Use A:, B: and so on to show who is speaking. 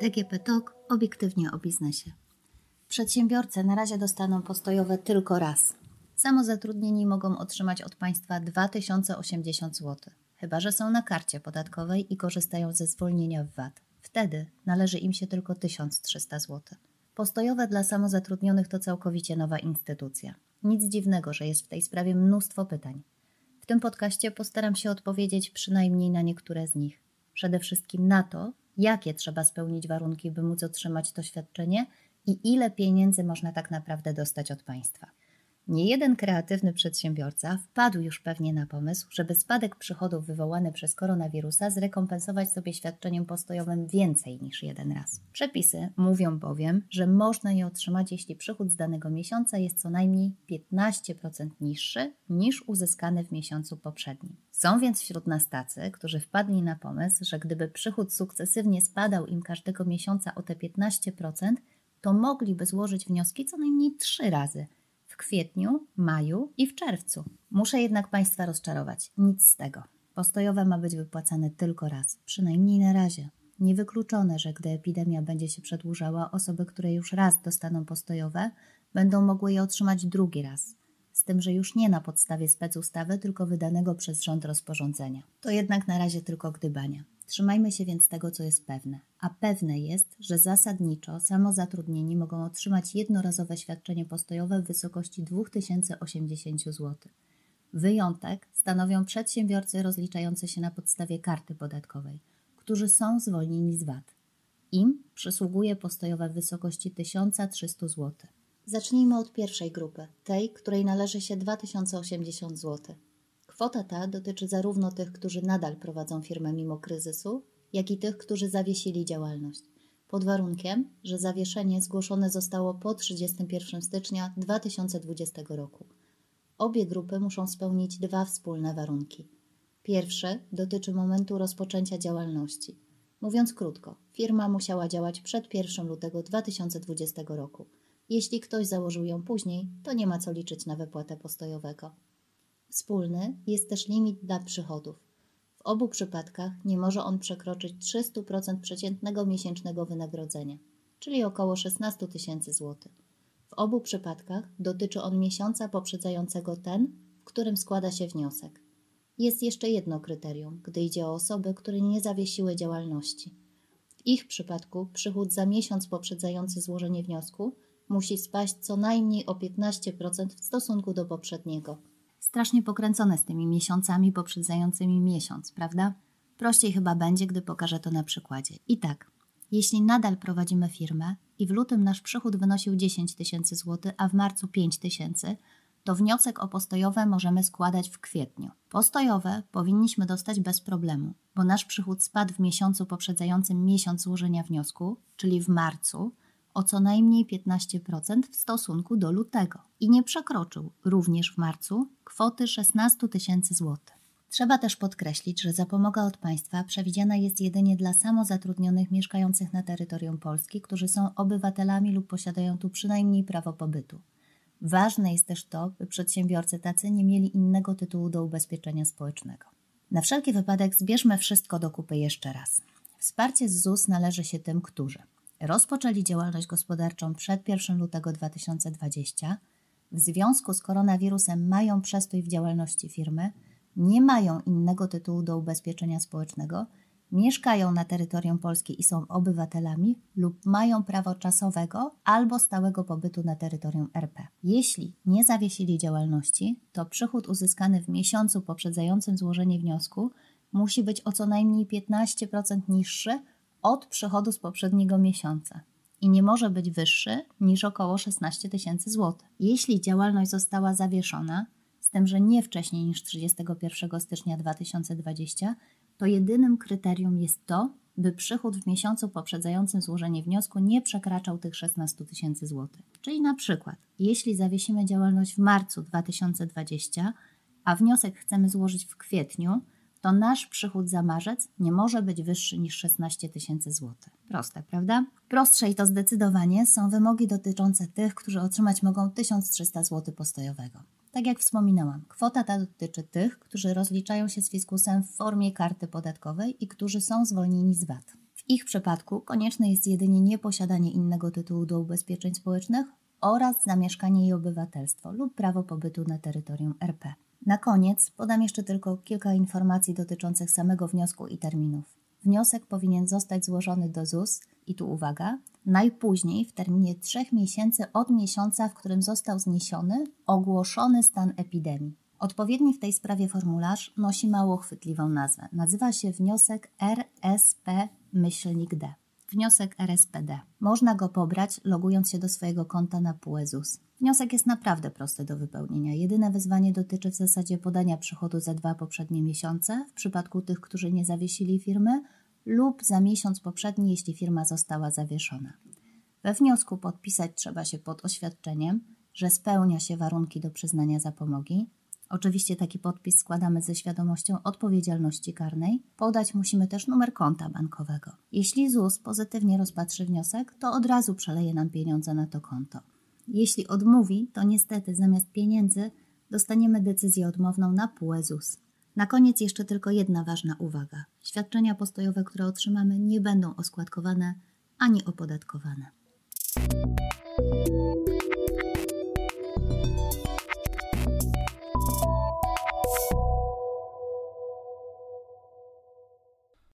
A: DGP Talk obiektywnie o biznesie. Przedsiębiorcy na razie dostaną postojowe tylko raz. Samozatrudnieni mogą otrzymać od państwa 2080 zł, chyba że są na karcie podatkowej i korzystają ze zwolnienia w VAT. Wtedy należy im się tylko 1300 zł. Postojowe dla samozatrudnionych to całkowicie nowa instytucja. Nic dziwnego, że jest w tej sprawie mnóstwo pytań. W tym podcaście postaram się odpowiedzieć przynajmniej na niektóre z nich. Przede wszystkim na to, jakie trzeba spełnić warunki, by móc otrzymać to świadczenie i ile pieniędzy można tak naprawdę dostać od państwa. Niejeden kreatywny przedsiębiorca wpadł już pewnie na pomysł, żeby spadek przychodów wywołany przez koronawirusa zrekompensować sobie świadczeniem postojowym więcej niż jeden raz. Przepisy mówią bowiem, że można je otrzymać, jeśli przychód z danego miesiąca jest co najmniej 15% niższy niż uzyskany w miesiącu poprzednim. Są więc wśród nas tacy, którzy wpadli na pomysł, że gdyby przychód sukcesywnie spadał im każdego miesiąca o te 15%, to mogliby złożyć wnioski co najmniej 3 razy. W kwietniu, maju i w czerwcu. Muszę jednak państwa rozczarować. Nic z tego. Postojowe ma być wypłacane tylko raz. Przynajmniej na razie. Niewykluczone, że gdy epidemia będzie się przedłużała, osoby, które już raz dostaną postojowe, będą mogły je otrzymać drugi raz. Z tym, że już nie na podstawie specustawy, tylko wydanego przez rząd rozporządzenia. To jednak na razie tylko gdybania. Trzymajmy się więc tego, co jest pewne. A pewne jest, że zasadniczo samozatrudnieni mogą otrzymać jednorazowe świadczenie postojowe w wysokości 2080 zł. Wyjątek stanowią przedsiębiorcy rozliczający się na podstawie karty podatkowej, którzy są zwolnieni z VAT. Im przysługuje postojowe w wysokości 1300 zł. Zacznijmy od pierwszej grupy, tej, której należy się 2080 zł. Kwota ta dotyczy zarówno tych, którzy nadal prowadzą firmę mimo kryzysu, jak i tych, którzy zawiesili działalność, pod warunkiem, że zawieszenie zgłoszone zostało po 31 stycznia 2020 roku. Obie grupy muszą spełnić 2 wspólne warunki. Pierwszy dotyczy momentu rozpoczęcia działalności. Mówiąc krótko, firma musiała działać przed 1 lutego 2020 roku. Jeśli ktoś założył ją później, to nie ma co liczyć na wypłatę postojowego. Wspólny jest też limit dla przychodów. W obu przypadkach nie może on przekroczyć 300% przeciętnego miesięcznego wynagrodzenia, czyli około 16 000 zł. W obu przypadkach dotyczy on miesiąca poprzedzającego ten, w którym składa się wniosek. Jest jeszcze jedno kryterium, gdy idzie o osoby, które nie zawiesiły działalności. W ich przypadku przychód za miesiąc poprzedzający złożenie wniosku musi spaść co najmniej o 15% w stosunku do poprzedniego. Strasznie pokręcone z tymi miesiącami poprzedzającymi miesiąc, prawda? Prościej chyba będzie, gdy pokażę to na przykładzie. I tak, jeśli nadal prowadzimy firmę i w lutym nasz przychód wynosił 10 000 zł, a w marcu 5 000, to wniosek o postojowe możemy składać w kwietniu. Postojowe powinniśmy dostać bez problemu, bo nasz przychód spadł w miesiącu poprzedzającym miesiąc złożenia wniosku, czyli w marcu, o co najmniej 15% w stosunku do lutego i nie przekroczył również w marcu kwoty 16 000 zł. Trzeba też podkreślić, że zapomoga od państwa przewidziana jest jedynie dla samozatrudnionych mieszkających na terytorium Polski, którzy są obywatelami lub posiadają tu przynajmniej prawo pobytu. Ważne jest też to, by przedsiębiorcy tacy nie mieli innego tytułu do ubezpieczenia społecznego. Na wszelki wypadek zbierzmy wszystko do kupy jeszcze raz. Wsparcie z ZUS należy się tym, którzy rozpoczęli działalność gospodarczą przed 1 lutego 2020, w związku z koronawirusem mają przestój w działalności firmy, nie mają innego tytułu do ubezpieczenia społecznego, mieszkają na terytorium Polski i są obywatelami lub mają prawo czasowego albo stałego pobytu na terytorium RP. Jeśli nie zawiesili działalności, to przychód uzyskany w miesiącu poprzedzającym złożenie wniosku musi być o co najmniej 15% niższy od przychodu z poprzedniego miesiąca i nie może być wyższy niż około 16 000 zł. Jeśli działalność została zawieszona, z tym, że nie wcześniej niż 31 stycznia 2020, to jedynym kryterium jest to, by przychód w miesiącu poprzedzającym złożenie wniosku nie przekraczał tych 16 000 zł. Czyli na przykład, jeśli zawiesimy działalność w marcu 2020, a wniosek chcemy złożyć w kwietniu, to nasz przychód za marzec nie może być wyższy niż 16 000 zł. Proste, prawda? Prostsze i to zdecydowanie są wymogi dotyczące tych, którzy otrzymać mogą 1300 zł postojowego. Tak jak wspominałam, kwota ta dotyczy tych, którzy rozliczają się z fiskusem w formie karty podatkowej i którzy są zwolnieni z VAT. W W ich przypadku konieczne jest jedynie nieposiadanie innego tytułu do ubezpieczeń społecznych oraz zamieszkanie i obywatelstwo lub prawo pobytu na terytorium RP. Na koniec podam jeszcze tylko kilka informacji dotyczących samego wniosku i terminów. Wniosek powinien zostać złożony do ZUS i tu uwaga, najpóźniej w terminie 3 miesięcy od miesiąca, w którym został zniesiony ogłoszony stan epidemii. Odpowiedni w tej sprawie formularz nosi mało chwytliwą nazwę. Nazywa się wniosek RSP-D. Wniosek RSPD. Można go pobrać, logując się do swojego konta na PUE ZUS. Wniosek jest naprawdę prosty do wypełnienia. Jedyne wyzwanie dotyczy w zasadzie podania przychodu za 2 poprzednie miesiące w przypadku tych, którzy nie zawiesili firmy lub za miesiąc poprzedni, jeśli firma została zawieszona. We wniosku podpisać trzeba się pod oświadczeniem, że spełnia się warunki do przyznania zapomogi. Oczywiście taki podpis składamy ze świadomością odpowiedzialności karnej. Podać musimy też numer konta bankowego. Jeśli ZUS pozytywnie rozpatrzy wniosek, to od razu przeleje nam pieniądze na to konto. Jeśli odmówi, to niestety zamiast pieniędzy dostaniemy decyzję odmowną na PUE ZUS. Na koniec jeszcze tylko jedna ważna uwaga. Świadczenia postojowe, które otrzymamy, nie będą oskładkowane ani opodatkowane.